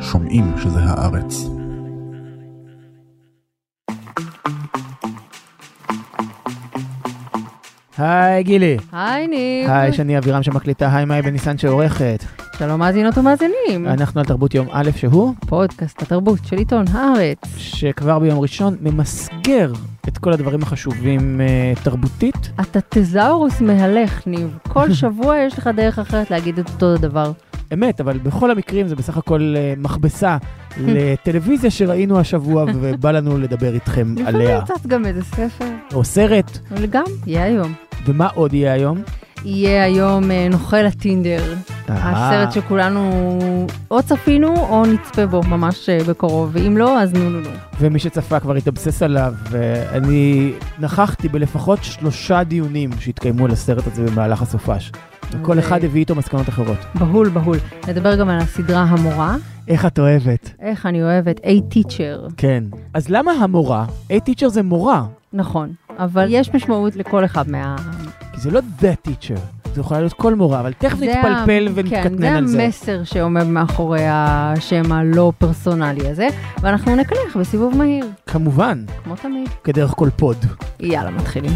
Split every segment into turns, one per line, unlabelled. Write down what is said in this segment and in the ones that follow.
שומעים שזה הארץ.
היי גילי.
היי ניב.
היי שני אבירם שמקליטה, היי מאי בניסן שעורכת.
שלום מאזינות ומאזינים.
אנחנו על תרבות יום א' שהוא
פודקאסט התרבות של עיתון הארץ.
שכבר ביום ראשון ממסגר את כל הדברים החשובים תרבותית.
אתה תזאורוס מהלך ניב. כל שבוע יש לך דרך אחרת להגיד את אותו דבר.
אמת, אבל בכל המקרים זה בסך הכל מכבסה לטלוויזיה שראינו השבוע ובא לנו לדבר איתכם עליה.
לפעמים קצת גם איזה ספר.
או סרט.
וגם, יהיה היום.
ומה עוד יהיה היום?
יהיה היום נוכל הטינדר. הסרט שכולנו או צפינו או נצפה בו ממש בקרוב, ואם לא, אז נו.
ומי שצפה כבר התאבסס עליו, ואני נכחתי בלפחות 3 דיונים שהתקיימו על הסרט הזה במהלך הסופש. וכל אחד הביא איתו מסקנות אחרות.
בהול. נדבר גם על הסדרה המורה.
איך את אוהבת?
איך אני אוהבת? A-Teacher.
כן. אז למה המורה? A-Teacher זה מורה.
נכון, אבל יש משמעות לכל אחד
כי זה לא The Teacher. זה יכול להיות כל מורה, אבל תכף נתפלפל ונתקטנן על זה.
זה המסר שעומד מאחורי השם הלא פרסונלי הזה, ואנחנו נקלח בסיבוב מהיר.
כמובן.
כמו תמיד.
כדרך כל פוד.
יאללה, מתחילים.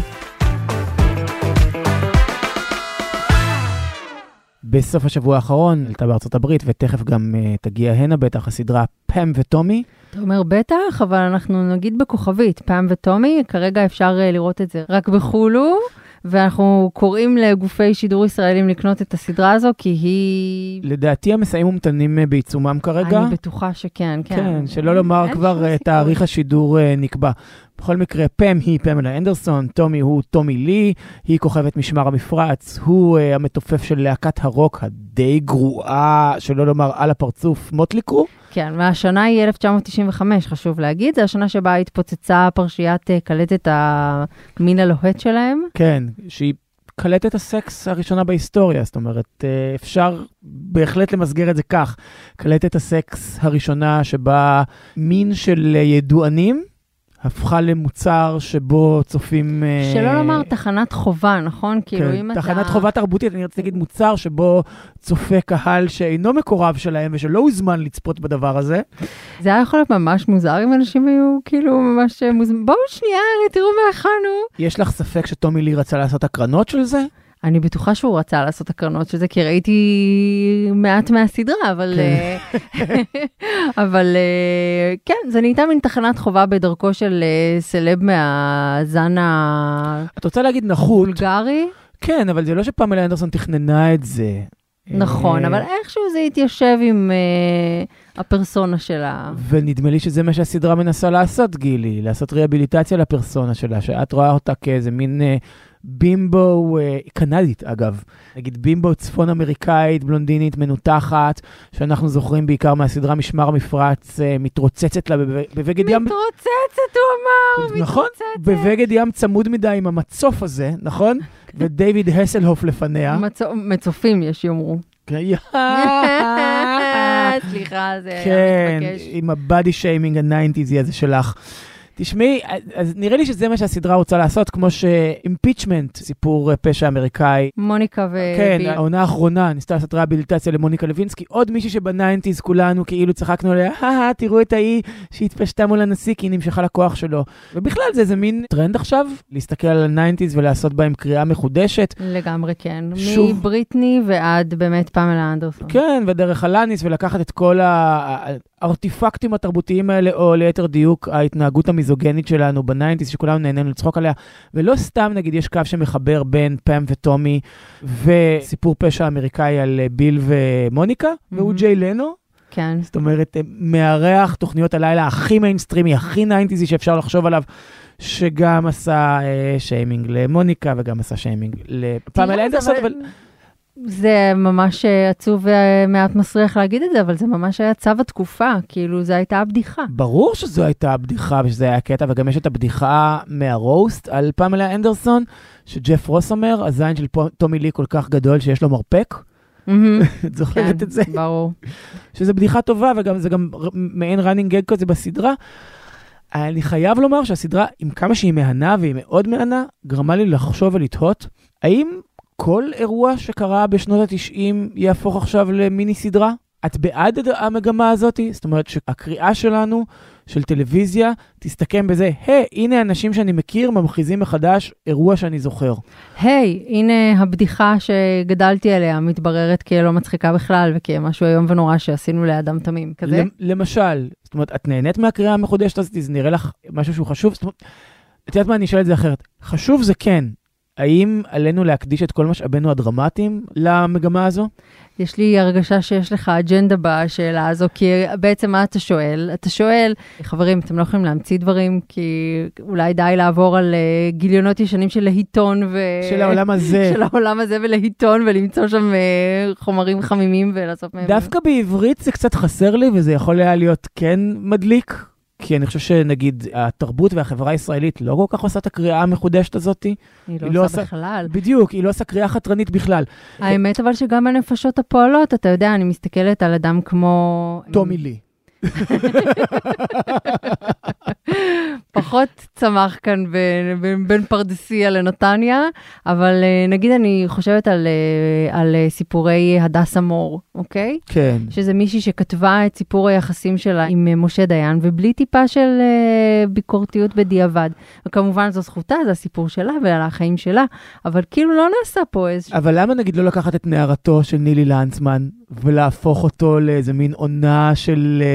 בסוף השבוע האחרון, עלתה בארצות הברית, ותכף גם תגיע הנה בטח הסדרה פאם וטומי.
אתה אומר בטח, אבל אנחנו נגיד בכוכבית, פאם וטומי, כרגע אפשר לראות את זה רק בחולו, ואנחנו קוראים לגופי שידור ישראלים לקנות את הסדרה הזו, כי היא...
לדעתי המסעים ומתנים בעיצומם כרגע.
אני בטוחה שכן, כן.
כן, שלא לומר כבר תאריך השידור נקבע. בכל מקרה, פאם היא פמלה אנדרסון, טומי הוא טומי לי, היא כוכבת משמר המפרץ, הוא המתופף של להקת הרוק הדי גרועה, שלא לומר על הפרצוף, מוטלי קרו.
כן, והשנה היא 1995, חשוב להגיד, זה השנה שבה התפוצצה פרשיית קלטת המין הלוהט שלהם.
כן, שהיא קלטת הסקס הראשונה בהיסטוריה, זאת אומרת, אפשר בהחלט למסגר את זה כך, קלטת הסקס הראשונה שבה מין של ידוענים, הפכה למוצר שבו צופים...
שלא לומר תחנת חובה, נכון? כאילו אם אתה...
תחנת חובה תרבותית, אני רוצה להגיד מוצר שבו צופה קהל שאינו מקורב שלהם ושלא הוזמן לצפות בדבר הזה.
זה היה יכול להיות ממש מוזר אם אנשים היו כאילו ממש מוזמן. בואו שנייה, תראו מה הכנו.
יש לך ספק שטומי לי רצה לעשות הקרנות של זה?
אני בטוחה שהוא רצה לעשות הקרנות של זה, כי ראיתי מעט מהסדרה, אבל כן, זה נהייתה מין תחנת חובה בדרכו של סלב מהזן
את רוצה להגיד נחות?
בולגרי?
כן, אבל זה לא שפמלה אנדרסון תכננה את זה.
נכון, אבל איכשהו זה התיישב עם הפרסונה שלה.
ונדמה לי שזה מה שהסדרה מנסה לעשות, גילי, לעשות ריאביליטציה לפרסונה שלה, שאת רואה אותה כאיזה מין... בימבו, קנדית אגב, נגיד בימבו צפון אמריקאית, בלונדינית, מנותחת, שאנחנו זוכרים בעיקר מהסדרה משמר המפרץ, מתרוצצת לה בבגד ים...
מתרוצצת, הוא אמר,
נכון, בבגד ים צמוד מדי עם המצוף הזה, נכון? ודייוויד הסלהוף לפניה.
מצופים יש יאמרו. סליחה, זה היה מתבקש.
כן, עם הבאדי שיימינג ה-90s הזה שלך. תשמעי, אז נראה לי שזה מה שהסדרה רוצה לעשות, כמו שאימפיצ'מנט, סיפור פשע אמריקאי.
מוניקה
כן, העונה האחרונה, ניסתה לעשות רהביליטציה למוניקה לוינסקי, עוד מישהי שבניינטיז כולנו כאילו צחקנו עליה, תראו את ההיא שהתפשטה מול הנשיא, כי היא נמשכה לכוח שלו. ובכלל זה מין טרנד עכשיו, להסתכל על הניינטיז ולעשות בהם קריאה מחודשת.
לגמרי כן, מבריטני ועד באמת פמלה אנדרסון.
כן, ודרך אלניס, ולקחת את כל הארטיפקטים התרבותיים האלה, או ליתר דיוק, ההתנהגות המיזוגנית שלנו בניינטיז, שכולנו נהנינו לצחוק עליה, ולא סתם, נגיד, יש קו שמחבר בין פאם וטומי, וסיפור פשע אמריקאי על ביל ומוניקה, והוא ג'יי לנו.
כן.
זאת אומרת, מארח תוכניות הלילה הכי מיינסטרימי, הכי ניינטיזי שאפשר לחשוב עליו, שגם עשה שיימינג למוניקה, וגם עשה שיימינג לפמלה אנדרסון, אבל...
זה ממש עצוב ומעט מסריח להגיד את זה, אבל זה ממש היה צו התקופה, כאילו זה הייתה הבדיחה.
ברור שזו הייתה הבדיחה ושזה היה הקטע, וגם יש את הבדיחה מהרוסט על פמלה אנדרסון, שג'ף רוס אומר, הזין של טומי לי כל כך גדול שיש לו מרפק. את זוכרת את זה?
כן, ברור.
שזה בדיחה טובה, וגם זה גם מעין running gag כזה בסדרה. אני חייב לומר שהסדרה, עם כמה שהיא מהנה והיא מאוד מהנה, גרמה לי לחשוב ולתהות, האם כל אירוע שקרה בשנות ה-90 יהפוך עכשיו למיני סדרה? את בעד המגמה הזאת? זאת אומרת שהקריאה שלנו, של טלוויזיה, תסתכם בזה, הנה אנשים שאני מכיר, ממחיזים מחדש אירוע שאני זוכר.
הנה הבדיחה שגדלתי עליה, מתבררת כלא מצחיקה בכלל, וכמשהו היום ונורא שעשינו לאדם תמים, כזה?
למשל, זאת אומרת, את נהנית מהקריאה המחודשת הזאת, זה נראה לך משהו שהוא חשוב? זאת אומרת, את יודעת מה, אני אשאל את זה אחרת. חשוב זה כן. האם עלינו להקדיש את כל משאבינו הדרמטיים למגמה הזו?
יש לי הרגשה שיש לך אג'נדה בשאלה הזו, כי בעצם מה אתה שואל? אתה שואל, חברים, אתם לא יכולים להמציא דברים, כי אולי די לעבור על גיליונות ישנים של להיטון
של העולם הזה.
של העולם הזה ולהיטון, ולמצוא שם חומרים חמימים ולעשות מהם.
דווקא בעברית זה קצת חסר לי, וזה יכול היה להיות כן מדליק, כי אני חושב שנגיד התרבות והחברה הישראלית לא כל כך עושה את הקריאה המחודשת הזאת.
היא לא עושה בכלל.
בדיוק, היא לא עושה קריאה חתרנית בכלל.
האמת אבל שגם הנפשות הפועלות, אתה יודע, אני מסתכלת על אדם כמו...
טומי לי.
פחות צמח כאן בין פרדסיה לנתניה, אבל נגיד אני חושבת על סיפורי הדס אמור, אוקיי?
כן.
שזה מישהי שכתבה את סיפור היחסים שלה עם משה דיין, ובלי טיפה של ביקורתיות בדיעבד. וכמובן זו זכותה, זה הסיפור שלה ועל החיים שלה, אבל כאילו לא נעשה פה איזשהו...
אבל למה נגיד לא לקחת את נערתו של נילי לנצמן, ולהפוך אותו לאיזה מין עונה של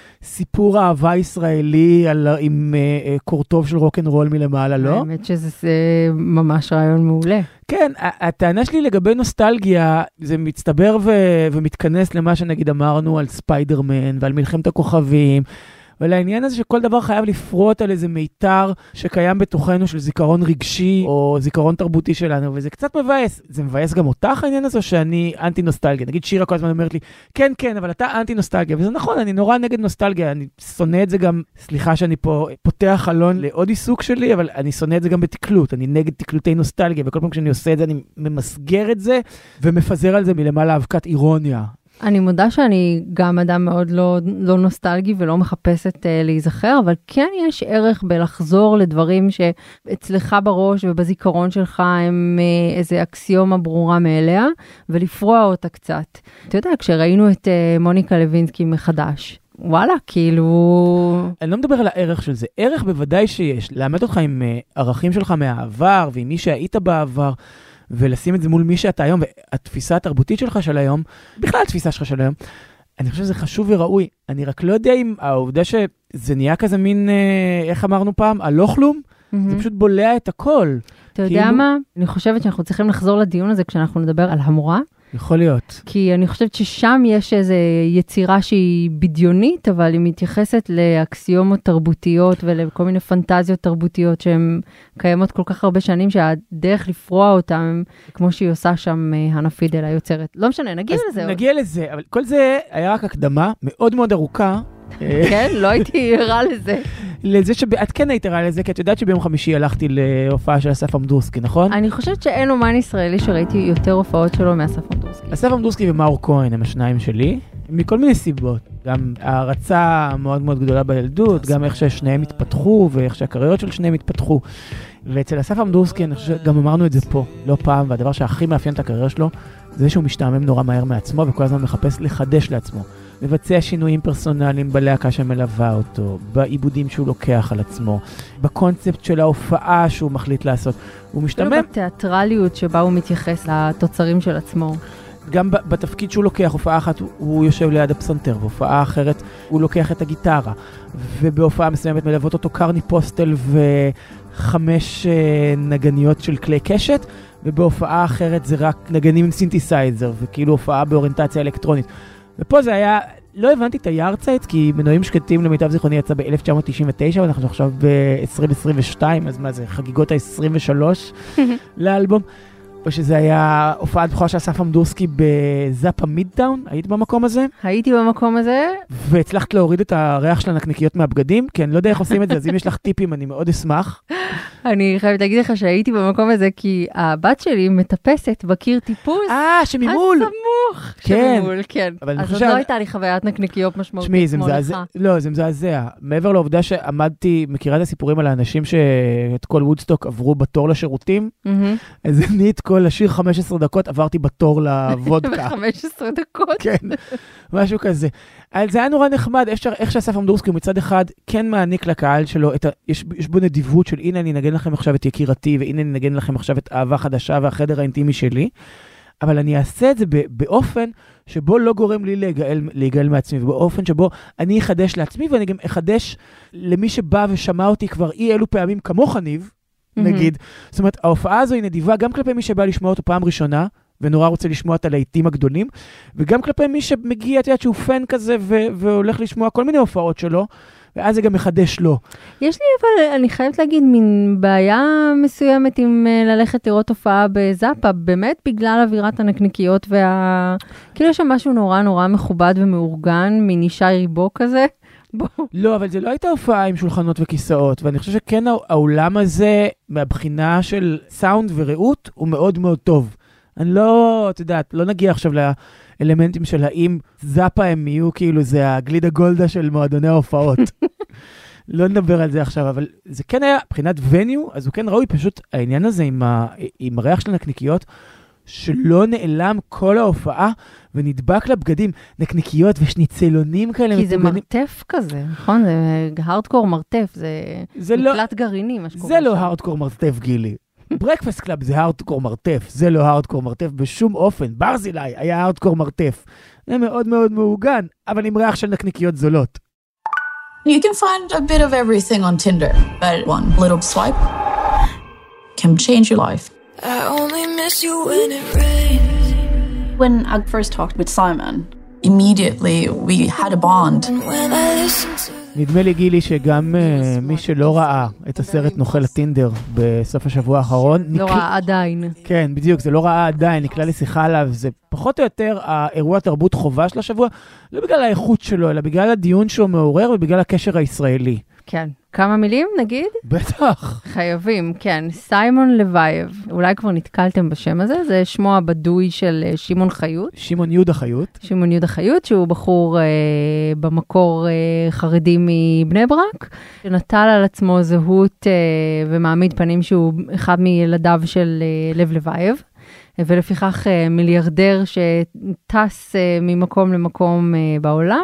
סיפור אהבה ישראלי עם קורטוב של רוק'נ'רול מלמעלה, לא?
האמת שזה ממש רעיון מעולה.
כן, הטענה שלי לגבי נוסטלגיה, זה מצטבר ומתכנס למה שנגיד אמרנו על ספיידרמן ועל מלחמת הכוכבים, ולעניין הזה שכל דבר חייב לפרוט על איזה מיתר שקיים בתוכנו של זיכרון רגשי או זיכרון תרבותי שלנו, וזה קצת מבאס. זה מבאס גם אותך העניין הזה שאני אנטי נוסטלגיה. נגיד שירה כל הזמן אומרת לי, כן, כן, אבל אתה אנטי נוסטלגיה, וזה נכון, אני נורא נגד נוסטלגיה, אני שונא את זה גם, סליחה שאני פה פותח חלון לעוד עיסוק שלי, אבל אני שונא את זה גם בתקלות, אני נגד תקלותי נוסטלגיה, וכל פעם כשאני עושה את זה, אני ממסגר את זה, ומפזר על זה מלמעלה אבקת אירוניה.
אני מודה שאני גם אדם מאוד לא נוסטלגי ולא מחפשת להיזכר, אבל כן יש ערך בלחזור לדברים שאצלך בראש ובזיכרון שלך הם איזה אקסיומה ברורה מאליה, ולפרוע אותה קצת. אתה יודע, כשראינו את מוניקה לוינסקי מחדש, וואלה, כאילו...
אני לא מדבר על הערך של זה. ערך בוודאי שיש. לאמת אותך עם ערכים שלך מהעבר, ועם מי שהיית בעבר, ולשים את זה מול מי שאתה היום, והתפיסה התרבותית שלך של היום, בכלל התפיסה שלך של היום, אני חושב שזה חשוב וראוי. אני רק לא יודע אם העובדה שזה נהיה כזה מין, איך אמרנו פעם, הלא כלום, זה פשוט בולע את הכל.
אתה יודע מה? אני חושבת שאנחנו צריכים לחזור לדיון הזה כשאנחנו נדבר על המורה.
יכול להיות.
כי אני חושבת ששם יש איזו יצירה שהיא בדיונית, אבל היא מתייחסת לאקסיומות תרבותיות ולכל מיני פנטזיות תרבותיות שהן קיימות כל כך הרבה שנים, שהדרך לפרוע אותן, כמו שהיא עושה שם הנה פידל היוצרת. לא משנה, נגיע לזה.
נגיע לזה, אבל כל זה היה רק הקדמה מאוד מאוד ארוכה.
כן, לא הייתי ערה לזה.
לזה שאת כן היית ערה לזה, כי את יודעת שביום חמישי הלכתי להופעה של אסף עמדורסקי, נכון?
אני חושבת שאין אומן ישראלי שראיתי יותר הופעות שלו מאסף עמדורסקי.
אסף עמדורסקי ומאור כהן הם השניים שלי, מכל מיני סיבות. גם הערצה מאוד מאוד גדולה בילדות, גם איך ששניהם התפתחו, ואיך שהקריירות של שניהם התפתחו. ואצל אסף עמדורסקי, אני חושב, גם אמרנו את זה פה, לא פעם, והדבר שהכי מאפיין את הקריירה שלו, זה שהוא משתעמם נורא מהר מעצמו, וכל הזמן מחפש לחדש לעצמו. לבצע שינויים פרסונליים בלהקה שמלווה אותו, בעיבודים שהוא לוקח על עצמו, בקונספט של ההופעה שהוא מחליט לעשות. הוא משתמם...
לא בתיאטרליות שבה הוא מתייחס לתוצרים של עצמו.
גם בתפקיד שהוא לוקח, הופעה אחת הוא יושב ליד הפסנתר, והופעה אחרת הוא לוקח את הגיטרה, ובהופעה מסוימת מלוות אותו קרני פוסטל וחמש נגניות של כלי קשת, ובהופעה אחרת זה רק נגנים עם סינתסייזר, וכאילו הופעה באוריינטציה אלקטרונית. ופה זה היה, לא הבנתי את היארצייט, כי מנועים שקטים למיטב זיכרוני יצא ב-1999, ואנחנו עכשיו ב-2022, אז מה זה, חגיגות ה-23 לאלבום, או שזה היה הופעת בכורה של אסף עמדורסקי בזאפה מידטאון, היית במקום הזה?
הייתי במקום הזה.
והצלחת להוריד את הריח של הנקניקיות מהבגדים, כי אני לא יודע איך עושים את זה, אז אם יש לך טיפים, אני מאוד אשמח.
אני חייבת להגיד לך שהייתי במקום הזה, כי הבת שלי מטפסת בקיר טיפוס.
שממול.
הסמוך. שממול, כן.
אז
עוד לא הייתה לי חוויית נקניקיות משמעותית כמו לך.
לא, זה מזעזע. מעבר לעובדה שעמדתי, מכירה את הסיפורים על האנשים שאת כל וודסטוק עברו בתור לשירותים, אז אני את כל על השיר 15 דקות, עברתי בתור לוודקה.
ב-15 דקות.
כן, משהו כזה. אז זה היה נורא נחמד, איך שאסף אמדורסקי מצד אחד כן מעניק לקהל שלו, יש בו נדיבות של הנה אני נגן לכם עכשיו את יקירתי, והנה אני נגן לכם עכשיו את אהבה חדשה והחדר האינטימי שלי, אבל אני אעשה את זה באופן שבו לא גורם לי להיגאל מעצמי, ובאופן שבו אני אחדש לעצמי, ואני גם אחדש למי שבא ושמע אותי כבר אי אלו פעמים כמוך ניב, נגיד. זאת אומרת, ההופעה הזו היא נדיבה גם כלפי מי שבא לשמוע אותו פעם ראשונה, ונורא רוצה לשמוע את הלהיטים הגדולים, וגם כלפי מי שמגיע, את יודעת שהוא פן כזה, והולך לשמוע כל מיני הופעות שלו, ואז זה גם מחדש לו.
יש לי אבל, אני חייבת להגיד, מין בעיה מסוימת עם ללכת לראות הופעה בזאפה, באמת בגלל אווירת הנקניקיות, כאילו יש שם משהו נורא נורא מכובד ומאורגן, מין אישה ריבו כזה.
לא, אבל זה לא הייתה הופעה עם שולחנות וכיסאות, ואני חושב שכן האולם הזה, מהבחינה של סאונד וראות, הוא מאוד מאוד טוב. אני לא, את יודעת, לא נגיע עכשיו לאלמנטים של האם זאפה הם יהיו, כאילו זה הגלידה גולדה של מועדוני ההופעות. לא נדבר על זה עכשיו, אבל זה כן היה, מבחינת וניו, אז הוא כן ראוי פשוט העניין הזה עם הריח של הנקניקיות, שלא נעלם כל ההופעה, ונדבק לבגדים, נקניקיות ושניצלונים כאלה.
כי זה מרתף כזה, נכון? זה הארדקור מרתף, זה מקלט גרעיני, מה שקורה שם.
זה לא הארדקור מרתף, גילי. ברקפסט קלאב זה הארדקור מרתף, זה לא הארדקור מרתף בשום אופן. ברזילי היה הארדקור מרתף. זה מאוד מאוד מעוגן, אבל עם ריח של נקניקיות זולות.
You can find a bit of everything on Tinder, but one little swipe can change your life.
I only miss you when it rains.
When I first talked with Simon, immediately we had a bond.
And when I listen to
נדמה לי גילי שגם מי שלא ראה את הסרט נוכל הטינדר בסוף השבוע האחרון.
לא ראה עדיין.
כן, בדיוק, זה לא ראה עדיין, נקלע לשיחה עליו, זה פחות או יותר האירוע תרבות חובה של השבוע, לא בגלל האיכות שלו, אלא בגלל הדיון שהוא מעורר ובגלל הקשר הישראלי.
כן. כמה מילים, נגיד?
בטח.
חייבים, כן. סיימון לוייב. אולי כבר נתקלתם בשם הזה. זה שמו הבדוי של שמעון חיות.
שמעון יהודה חיות.
שמעון יהודה חיות, שהוא בחור במקור חרדי מבני ברק, שנטל על עצמו זהות ומעמיד פנים שהוא אחד מילדיו של לב לוייב. ולפיכך מיליארדר שטס ממקום למקום בעולם,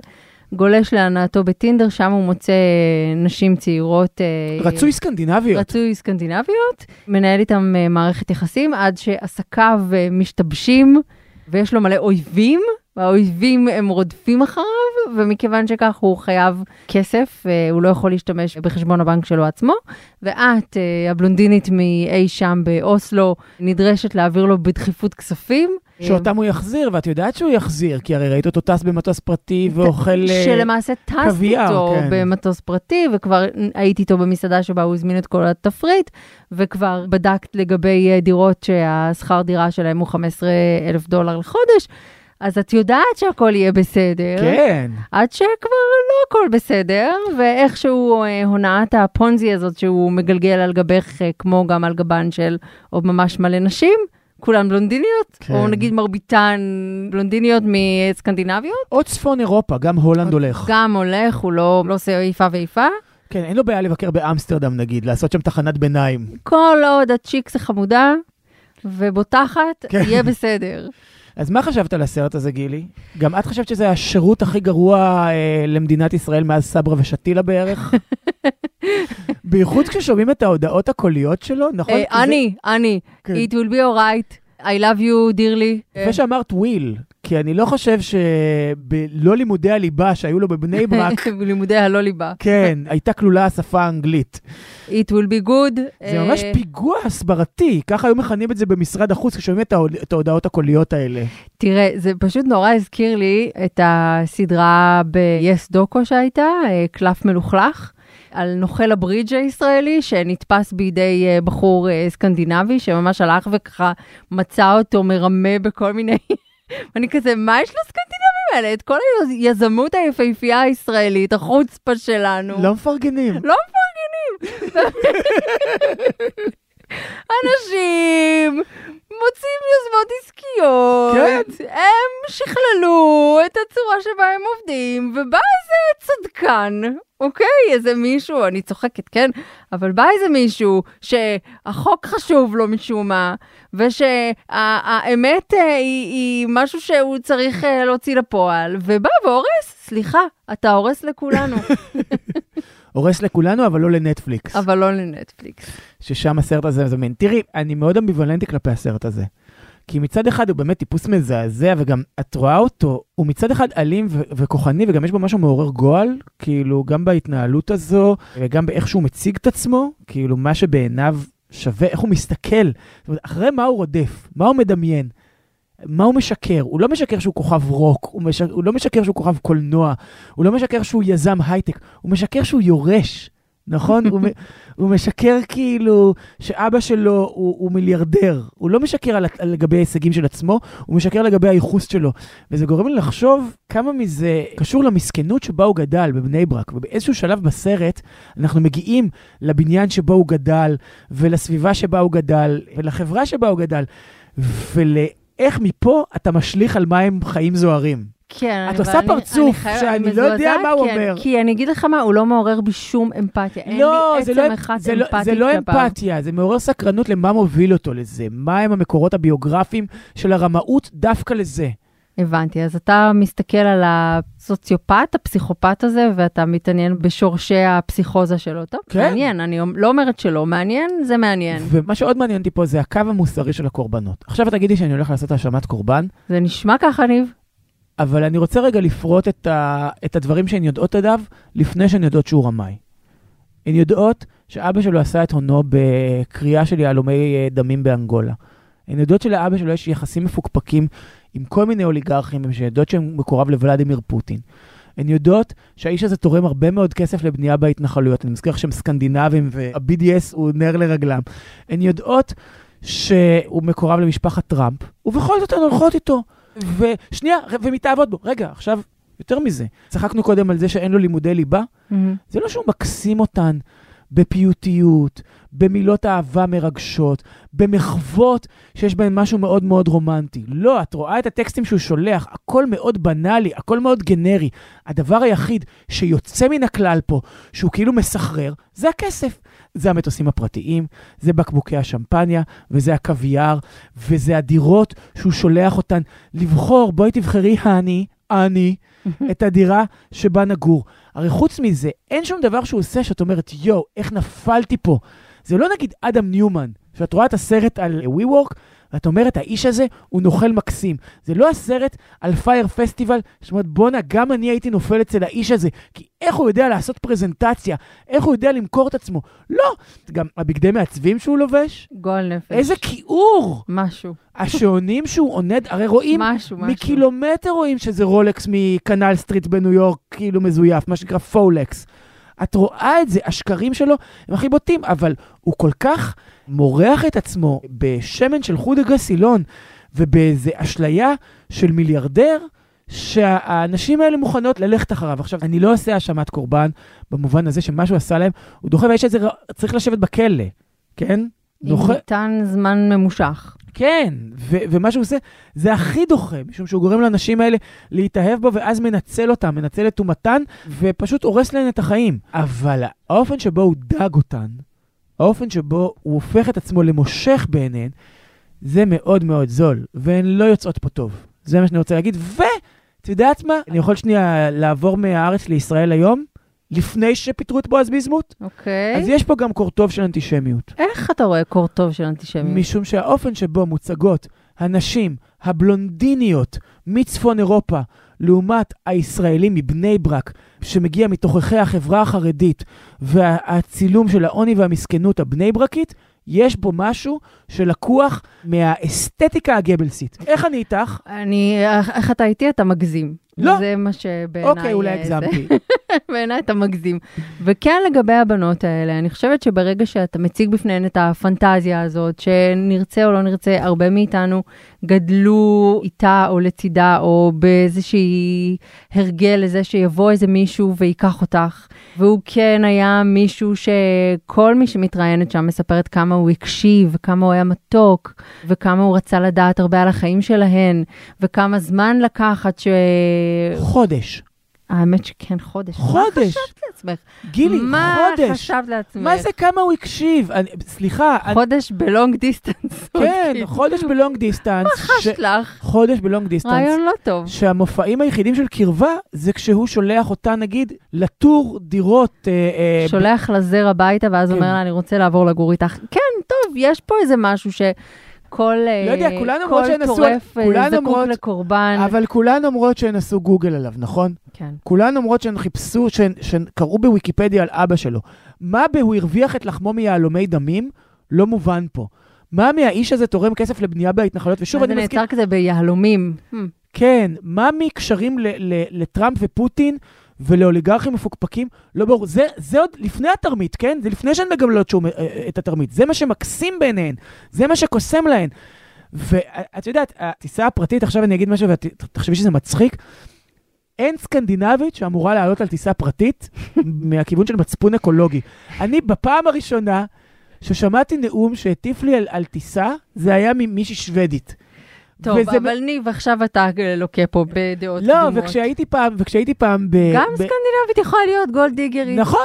גולש להנאתו בטינדר, שם הוא מוצא נשים צעירות.
רצוי סקנדינביות.
רצוי סקנדינביות, מנהל איתם מערכת יחסים, עד שעסקיו משתבשים, ויש לו מלא אויבים, והאויבים הם רודפים אחריו, ומכיוון שכך הוא חייב כסף, הוא לא יכול להשתמש בחשבון הבנק שלו עצמו, ואת, הבלונדינית מאי שם באוסלו, נדרשת להעביר לו בדחיפות כספים,
שאותם הוא יחזיר, ואת יודעת שהוא יחזיר, כי הרי ראית אותו טס במטוס פרטי ואוכל
שלמעשה טס איתו במטוס פרטי, וכבר הייתי איתו במסעדה שבה הוא הזמין את כל התפריט, וכבר בדקת לגבי דירות שהשכר דירה שלהם הוא $15,000 לחודש, אז את יודעת שהכל יהיה בסדר.
כן.
עד שכבר לא הכל בסדר, ואיכשהו הונאת הפונזי הזאת שהוא מגלגל על גבך, כמו גם על גבן של עוד ממש מלא נשים, כולן בלונדיניות, כן. או נגיד מרביתן בלונדיניות מסקנדינביות.
או צפון אירופה, גם הולנד הולך.
גם הולך, הוא לא עושה איפה ואיפה.
כן, אין לו בעיה לבקר באמסטרדם נגיד, לעשות שם תחנת ביניים.
כל עוד הצ'יק זה חמודה, ובוטחת, כן. יהיה בסדר.
אז מה חשבת על הסרט הזה, גילי? גם את חשבת שזה השירות הכי גרוע למדינת ישראל מאז סברה ושתילה בערך? בייחוד כששומעים את ההודעות הקוליות שלו, נכון?
אני, it will be alright, I love you dearly.
יפה שאמרת will, כי אני לא חושב שבלא לימודי הליבה שהיו לו בבני ברק,
בלימודי הלא ליבה.
כן, הייתה כלולה השפה האנגלית.
It will be good.
זה ממש פיגוע הסברתי, ככה היו מכנים את זה במשרד החוץ, כששומעים את ההודעות הקוליות האלה.
תראה, זה פשוט נורא הזכיר לי את הסדרה ב-Yes דוקו שהייתה, קלף מלוכלך. על נוכל הברידג' הישראלי, שנתפס בידי בחור סקנדינבי, שממש הלך וככה מצא אותו מרמה בכל מיני... ואני כזה, מה יש לסקנדינבים האלה? את כל היזמות היפהפייה הישראלית, החוצפה שלנו.
לא מפרגנים.
לא מפרגנים. אנשים מוצאים יוזמות עסקיות,
כן.
הם שכללו את הצורה שבה הם עובדים, ובא איזה צדקן, אוקיי, איזה מישהו, אני צוחקת, כן? אבל בא איזה מישהו שהחוק חשוב לו משום מה, ושהאמת היא משהו שהוא צריך להוציא לפועל, ובא והורס, סליחה, אתה הורס לכולנו.
הורס לכולנו, אבל לא לנטפליקס.
אבל לא לנטפליקס.
ששם הסרט הזה זמין. תראי, אני מאוד אמביוולנטי כלפי הסרט הזה. כי מצד אחד הוא באמת טיפוס מזעזע, וגם את רואה אותו, הוא מצד אחד אלים וכוחני, וגם יש בו משהו מעורר גועל, כאילו גם בהתנהלות הזו, וגם באיך שהוא מציג את עצמו, כאילו מה שבעיניו שווה, איך הוא מסתכל. זאת אומרת, אחרי מה הוא רודף, מה הוא מדמיין, מה הוא משקר. הוא לא משקר שהוא כוכב רוק, הוא לא משקר שהוא כוכב קולנוע, הוא לא משקר שהוא יזם הייטק, הוא משקר שהוא יורש. נכון? הוא משקר כאילו שאבא שלו הוא מיליארדר. הוא לא משקר לגבי ההישגים של עצמו, הוא משקר לגבי הייחוס שלו. וזה גורם לי לחשוב כמה מזה קשור למסכנות שבה הוא גדל בבני ברק. ובאיזשהו שלב בסרט אנחנו מגיעים לבניין שבו הוא גדל, ולסביבה שבה הוא גדל, ולחברה שבה הוא גדל, ולאיך מפה אתה משליך על מה הם חיים זוהרים.
כן,
את עושה פרצוף שאני לא יודע מה הוא אומר.
כי אני אגיד לך מה, הוא לא מעורר בי שום אמפתיה. אין לי עצם אחת אמפתית.
זה לא אמפתיה, זה מעורר סקרנות למה מוביל אותו לזה. מה הם המקורות הביוגרפיים של הרמאות דווקא לזה.
הבנתי, אז אתה מסתכל על הסוציופט, הפסיכופט הזה, ואתה מתעניין בשורשי הפסיכוזה שלו. טוב, כן. מעניין, אני לא אומרת שלא, מעניין, זה מעניין.
ומה שעוד מעניין אותי פה זה הקו המוסרי של הקורבנות. עכשיו תגידי שאני הולך לעשות האשמת קורבן.
זה נשמע ככה, ניב.
אבל אני רוצה רגע לפרוט את הדברים שהן יודעות עליו, לפני שהן יודעות שהוא רמאי. הן יודעות שאבא שלו עשה את הונו בקריאה של יהלומי דמים באנגולה. הן יודעות שלאבא שלו יש יחסים מפוקפקים עם כל מיני אוליגרכים, והן יודעות שהוא מקורב לוולדימיר פוטין. הן יודעות שהאיש הזה תורם הרבה מאוד כסף לבנייה בהתנחלויות. אני מזכיר שהם סקנדינבים, וה-BDS הוא נר לרגלם. הן יודעות שהוא מקורב למשפחת טראמפ, ובכל זאת הן הולכות איתו. ושנייה, ומתאהבות בו. רגע, עכשיו, יותר מזה. צחקנו קודם על זה שאין לו לימודי ליבה. זה לא שהוא מקסים אותן בפיוטיות, במילות אהבה מרגשות, במחוות שיש בהן משהו מאוד מאוד רומנטי. לא, את רואה את הטקסטים שהוא שולח, הכל מאוד בנאלי, הכל מאוד גנרי. הדבר היחיד שיוצא מן הכלל פה, שהוא כאילו מסחרר, זה הכסף. זה המטוסים הפרטיים, זה בקבוקי השמפניה, וזה הקוויאר, וזה הדירות שהוא שולח אותן לבחור, בואי תבחרי אני, את הדירה שבה נגור. הרי חוץ מזה, אין שום דבר שהוא עושה שאת אומרת, יו, איך נפלתי פה. זה לא נגיד אדם ניומן, שאת רואה את הסרט על WeWork, ואת אומרת, האיש הזה הוא נוכל מקסים. זה לא הסרט על פייר פסטיבל, זאת אומרת, בונה, גם אני הייתי נופל אצל האיש הזה, כי איך הוא יודע לעשות פרזנטציה, איך הוא יודע למכור את עצמו. לא, גם הבגדי מעצבים שהוא לובש.
גול נפש.
איזה כיעור.
משהו.
השעונים שהוא עונד, הרי רואים,
משהו.
מקילומטר רואים שזה רולקס מקנל סטריט בניו יורק, כאילו מזויף, מה שנקרא פולקס. את רואה את זה, השקרים שלו הם הכי בוטים, אבל הוא כל כך מורח את עצמו בשמן של חודגה סילון, ובאיזה אשליה של מיליארדר, שהאנשים האלה מוכנות ללכת אחריו. עכשיו, אני לא עושה האשמת קורבן, במובן הזה שמשהו עשה להם, הוא דוחה, והאיש הזה צריך לשבת בכלא, כן?
אם ניתן זמן ממושך.
כן, ומה שהוא עושה, זה הכי דוחה, משום שהוא גורם לאנשים האלה להתאהב בו, ואז מנצל אותם, מנצל את תומתן, ופשוט הורס להם את החיים. אבל האופן שבו הוא דג אותן, האופן שבו הוא הופך את עצמו למושך בעיניהן, זה מאוד מאוד זול, והן לא יוצאות פה טוב. זה מה שאני רוצה להגיד, ואת יודעת מה? אני יכול שנייה לעבור מהארץ לישראל היום, לפני שפיטרו את בועז ביסמוט.
אוקיי.
אז יש פה גם קורטוב של אנטישמיות.
איך אתה רואה קורטוב של אנטישמיות?
משום שהאופן שבו מוצגות הנשים הבלונדיניות מצפון אירופה, לעומת הישראלים מבני ברק, שמגיע מתוככי החברה החרדית, והצילום של העוני והמסכנות הבני ברקית, יש בו משהו שלקוח מהאסתטיקה הגבלסית. איך אני איתך?
איך אתה איתי? אתה מגזים.
לא.
זה מה שבעיניי...
אוקיי, אולי הגזמתי.
בעיניי אתה מגזים. וכן לגבי הבנות האלה, אני חושבת שברגע שאתה מציג בפניהן את הפנטזיה הזאת, שנרצה או לא נרצה, הרבה מאיתנו גדלו איתה או לצידה, או באיזושהי הרגל לזה שיבוא איזה מישהו ויקח אותך. והוא כן היה מישהו שכל מי שמתראיינת שם מספרת כמה הוא הקשיב, וכמה הוא היה מתוק, וכמה הוא רצה לדעת הרבה על החיים שלהן, וכמה זמן לקחת
חודש.
האמת שכן, חודש.
חודש.
מה חשבת לעצמך?
גילי,
מה
חודש.
מה חשבת לעצמך?
מה זה כמה הוא הקשיב? סליחה.
חודש בלונג דיסטנס.
כן, חודש בלונג דיסטנס.
מה חשת לך?
חודש בלונג דיסטנס.
רעיון לא טוב.
שהמופעים היחידים של קרבה, זה כשהוא שולח אותה, נגיד, לטור דירות.
שולח לזר הביתה, ואז אומר לה, אני רוצה לעבור לגור איתך. כן, טוב, יש פה איזה משהו כל טורף זקוק לקורבן.
אבל כולן אומרות שהן עשו גוגל עליו, נכון?
כן.
כולן אומרות שהן חיפשו, שהן קראו בוויקיפדיה על אבא שלו. מה הוא הרוויח את לחמו מיהלומי דמים? לא מובן פה. מה מהאיש הזה תורם כסף לבנייה בהתנחלויות? ושוב אני מזכיר...
זה נעצר כזה ביהלומים.
כן, מה מקשרים לטראמפ ופוטין ולאוליגרכים מפוקפקים? לא ברור. זה עוד לפני התרמית, כן? זה לפני שהן מגמלות את התרמית. זה מה שמקסים ביניהן. זה מה שקוסם להן. ואת יודעת, הטיסה הפרטית, עכשיו אני אגיד משהו ותחשבי שזה מצחיק, אין סקנדינבית שאמורה לעלות על טיסה פרטית מהכיוון של מצפון אקולוגי. אני בפעם הראשונה ששמעתי נאום שהטיף לי על טיסה, זה היה ממישהי שוודית.
טוב, אבל ניב, עכשיו אתה לוקה פה בדעות
קדומות. לא, וכשהייתי פעם
גם סקנדינבית יכולה להיות גולד דיגרית.
נכון.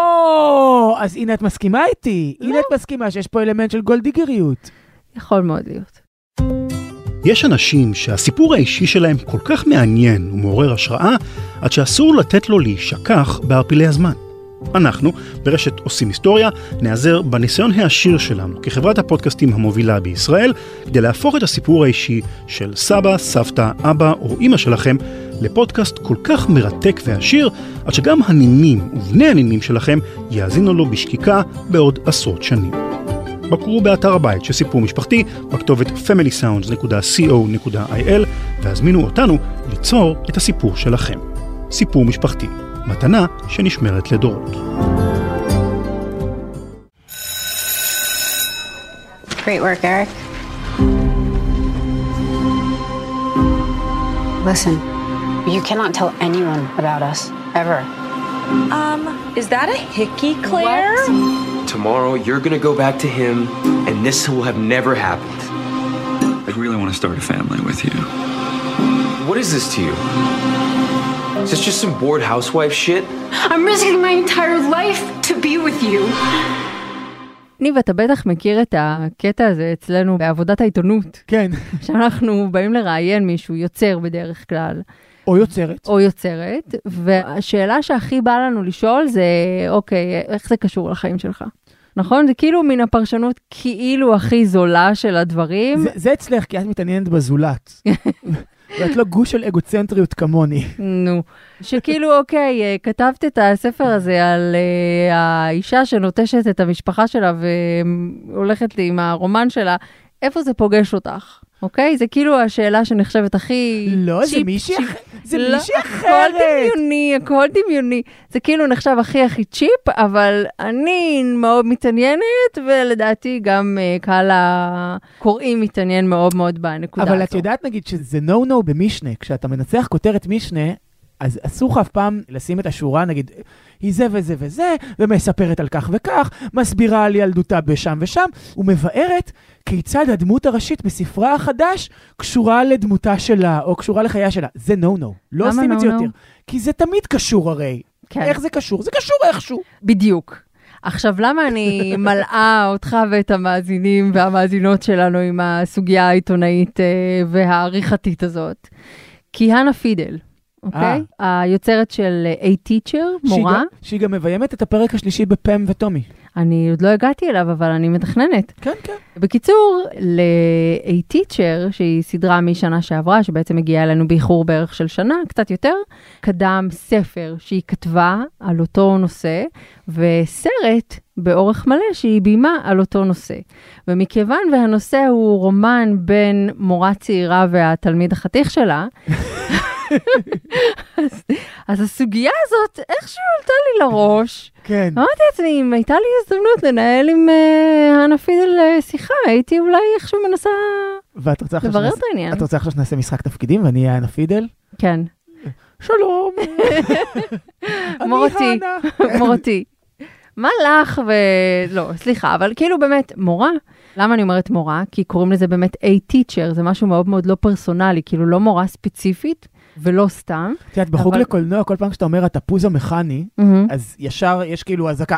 אז הנה את מסכימה איתי. הנה את מסכימה שיש פה אלמנט של גולד דיגריות.
יכול מאוד להיות.
יש אנשים שהסיפור האישי שלהם כל כך מעניין ומעורר השראה, עד שאסור לתת לו להישכח בערפילי הזמן. אנחנו, ברשת עושים היסטוריה, נעזר בניסיון העשיר שלנו כחברת הפודקאסטים המובילה בישראל, כדי להפוך את הסיפור האישי של סבא, סבתא, אבא או אמא שלכם לפודקאסט כל כך מרתק ועשיר, עד שגם הנינים ובני הנינים שלכם יאזינו לו בשקיקה בעוד עשרות שנים. בקרו באתר הבית של סיפור משפחתי, בכתובת familysounds.co.il, והזמינו אותנו ליצור את הסיפור שלכם. סיפור משפחתי. מתנה שנשמרת לדורות.
Great work, Eric. Listen, you cannot tell anyone about us, ever.
Is that a hickey, Claire?
What?
Tomorrow, you're gonna go back to him, and this will have never happened.
I really want to start a family with you.
What is this to you? Is this just some bored housewife shit?
I'm risking my entire life to be with you.
ניב, אתה בטח מכיר את הקטע הזה אצלנו בעבודת העיתונות.
כן.
שאנחנו באים לראיין מישהו, יוצר בדרך כלל.
או יוצרת.
או יוצרת, והשאלה שהכי בא לנו לשאול זה, אוקיי, איך זה קשור לחיים שלך? נכון? זה כאילו מן הפרשנות כאילו הכי זולה של הדברים.
זה אצלך, כי את מתעניינת בזולת. ואת לא גוש של אגוצנטריות כמוני.
נו, שכאילו, אוקיי, כתבת את הספר הזה על האישה שנוטשת את המשפחה שלה והולכת לי עם הרומן שלה, איפה זה פוגש אותך? אוקיי? זה כאילו השאלה שנחשבת הכי...
לא, זה מישהי אחרת.
הכל דמיוני. זה כאילו נחשב הכי צ'יפ, אבל אני מאוד מתעניינת, ולדעתי גם קהל הקוראים מתעניין מאוד מאוד בנקודה הזאת.
אבל את יודעת נגיד שזה no במשנה, כשאתה מנצח כותרת משנה, אז אסור לך אף פעם לשים את השורה, נגיד, היא זה וזה וזה, ומספרת על כך וכך, מסבירה על ילדותה בשם ושם, ומבארת כיצד הדמות הראשית בספרה החדש קשורה לדמותה שלה, או קשורה לחייה שלה. זה no. לא עושים את זה יותר. כי זה תמיד קשור הרי. כן. איך זה קשור? זה קשור איכשהו.
בדיוק. עכשיו, למה אני מלאה אותך ואת המאזינים והמאזינות שלנו עם הסוגיה העיתונאית והעריכתית הזאת? כי הנה פידל. אוקיי? היוצרת של A Teacher, מורה.
שהיא גם מביימת את הפרק השלישי בפם וטומי.
אני עוד לא הגעתי אליו, אבל אני מתכננת.
כן, כן.
בקיצור, ל-A Teacher, שהיא סדרה משנה שעברה, שבעצם הגיעה אלינו באיחור בערך של שנה, קצת יותר, קדם ספר שהיא כתבה על אותו נושא, וסרט באורך מלא שהיא בימה על אותו נושא. ומכיוון והנושא הוא רומן בין מורה צעירה והתלמיד החתיך שלה, אז הסוגיה הזאת איכשהו עלתה לי לראש.
כן.
אמרתי לעצמי, אם הייתה לי הזדמנות לנהל עם הנה פידל שיחה, הייתי אולי איכשהו מנסה לברר את העניין.
את רוצה עכשיו שנעשה משחק תפקידים ואני אהיה הנה פידל?
כן.
שלום.
מורתי. מה לך לא, סליחה, אבל כאילו באמת מורה. למה אני אומרת מורה? כי קוראים לזה באמת A-teacher, זה משהו מאוד מאוד לא פרסונלי, כאילו לא מורה ספציפית ולא סתם.
תראה, בחוג לקולנוע, כל פעם שאתה אומר התפוז המכני, אז ישר יש כאילו הזקה.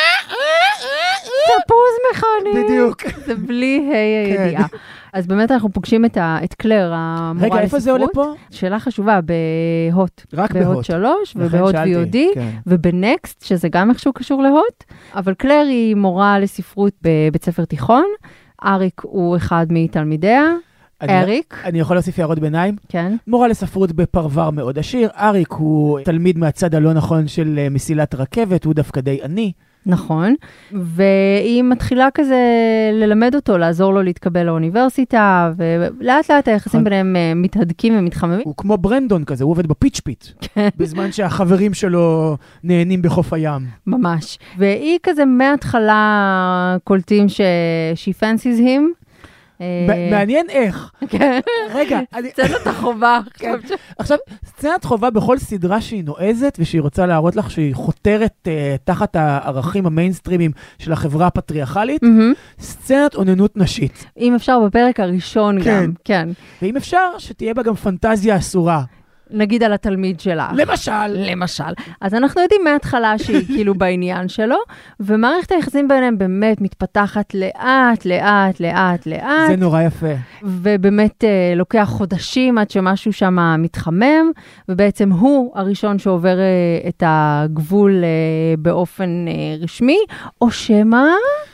תפוז מכני.
בדיוק.
זה בלי הידיעה. אז באמת אנחנו פוגשים את קלר, המורה לספרות.
רגע, איפה זה עולה פה?
שאלה חשובה, בהוט.
רק בהוט.
בהוט 3 ובהוט VOD, ובנקסט, שזה גם איכשהו קשור להוט. אבל קלר היא מורה לספרות בבית ספר תיכון. אריק הוא אחד מתלמידיה. אריק.
אני יכול להוסיף הערות ביניים?
כן.
מורה לספרות בפרבר מאוד עשיר. אריק הוא תלמיד מהצד הלא נכון של מסילת רכבת, הוא דווקא די עני.
נכון, והיא מתחילה כזה ללמד אותו, לעזור לו להתקבל לאוניברסיטה, ולאט לאט היחסים ביניהם מתהדקים ומתחממים.
הוא כמו ברנדון כזה, הוא עובד בפיץ'-פיט, בזמן שהחברים שלו נהנים בחוף הים.
ממש, והיא כזה מההתחלה קולטים שהיא fancies him,
מעניין איך. רגע.
סצנת החובה.
עכשיו, סצנת חובה בכל סדרה שהיא נועזת, ושהיא רוצה להראות לך שהיא חותרת תחת הערכים המיינסטרימיים של החברה הפטריארכלית, סצנת עוננות נשית.
אם אפשר בפרק הראשון גם. כן.
ואם אפשר, שתהיה בה גם פנטזיה אסורה.
נגיד על התלמיד שלה. למשל. אז אנחנו יודעים מההתחלה שהיא כאילו בעניין שלו, ומערכת היחסים ביניהם באמת מתפתחת לאט.
זה נורא יפה.
ובאמת לוקח חודשים עד שמשהו שם מתחמם, ובעצם הוא הראשון שעובר את הגבול באופן רשמי, או שמה...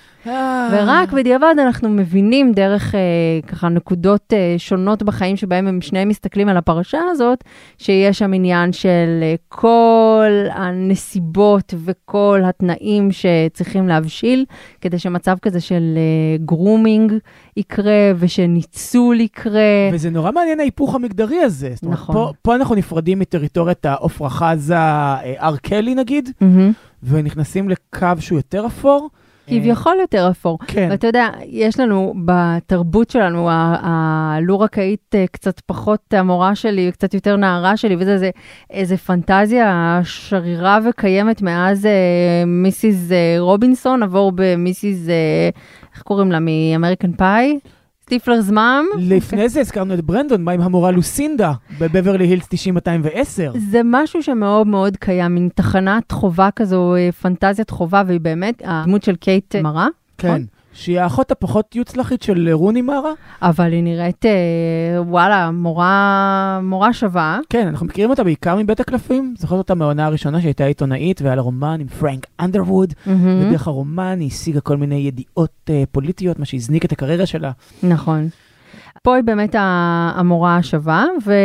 ורק בדיעבד אנחנו מבינים דרך ככה נקודות שונות בחיים שבהם הם שניהם מסתכלים על הפרשה הזאת, שיש שם עניין של כל הנסיבות וכל התנאים שצריכים להבשיל, כדי שמצב כזה של גרומינג יקרה ושניצול יקרה.
וזה נורא מעניין ההיפוך המגדרי הזה.
נכון.
פה אנחנו נפרדים מטריטוריית עופרה חזה, ארקלי נגיד, ונכנסים לקו שהוא יותר אפור.
כביכול יותר אפור.
כן.
ואתה יודע, יש לנו בתרבות שלנו, הלורקאית קצת פחות המורה שלי, קצת יותר נערה שלי, וזה איזה פנטזיה שרירה וקיימת מאז מיסיס רובינסון, עבור במיסיס, איך קוראים לה, מאמריקן פאי? סטיפלר's mom.
לפני זה הזכרנו את ברנדון, מה עם המורה לוסינדה, בבברלי הילס 90-210.
זה משהו שמאוד מאוד קיים, מין תחנת חובה כזו, פנטזיית חובה, והיא באמת הדמות של קייט מרה.
כן, שהיא האחות הפחות יוצלחית של רוני מרה.
אבל היא נראית, וואלה, מורה שווה.
כן, אנחנו מכירים אותה בעיקר מבית הקלפים, זוכרת אותה מהעונה הראשונה שהייתה עיתונאית, והיה לה רומן עם פרנק אנדרווד, ודרך הרומן היא השיגה כל מיני ידיעות פוליטיות, מה שהזניק את הקריירה שלה.
נכון. פה היא באמת המורה השווה,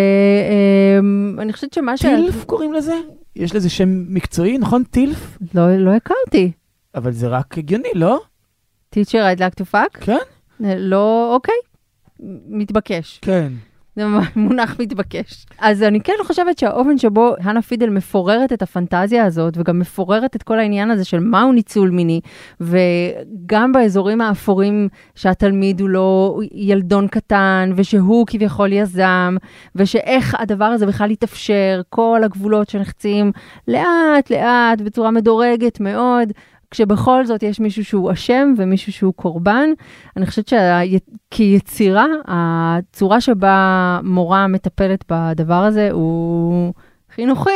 ואני חושבת שמה
טילף קוראים לזה? יש לזה שם מקצועי, נכון? טילף?
לא הכרתי.
אבל זה רק הגיוני, לא?
Teacher I'd like to fuck?
כן.
לא, אוקיי. מתבקש.
כן.
זה מונח מתבקש. אז אני כן חושבת שהאופן שבו הנה פידל מפוררת את הפנטזיה הזאת, וגם מפוררת את כל העניין הזה של מהו ניצול מיני, וגם באזורים האפורים שהתלמיד הוא לא ילדון קטן, ושהוא כביכול יזם, ושאיך הדבר הזה בכלל יתאפשר, כל הגבולות שנחצים לאט לאט, בצורה מדורגת מאוד, כשבכל זאת יש מישהו שהוא אשם ומישהו שהוא קורבן. אני חושבת שכיצירה, הצורה שבה מורה מטפלת בדבר הזה הוא חינוכי.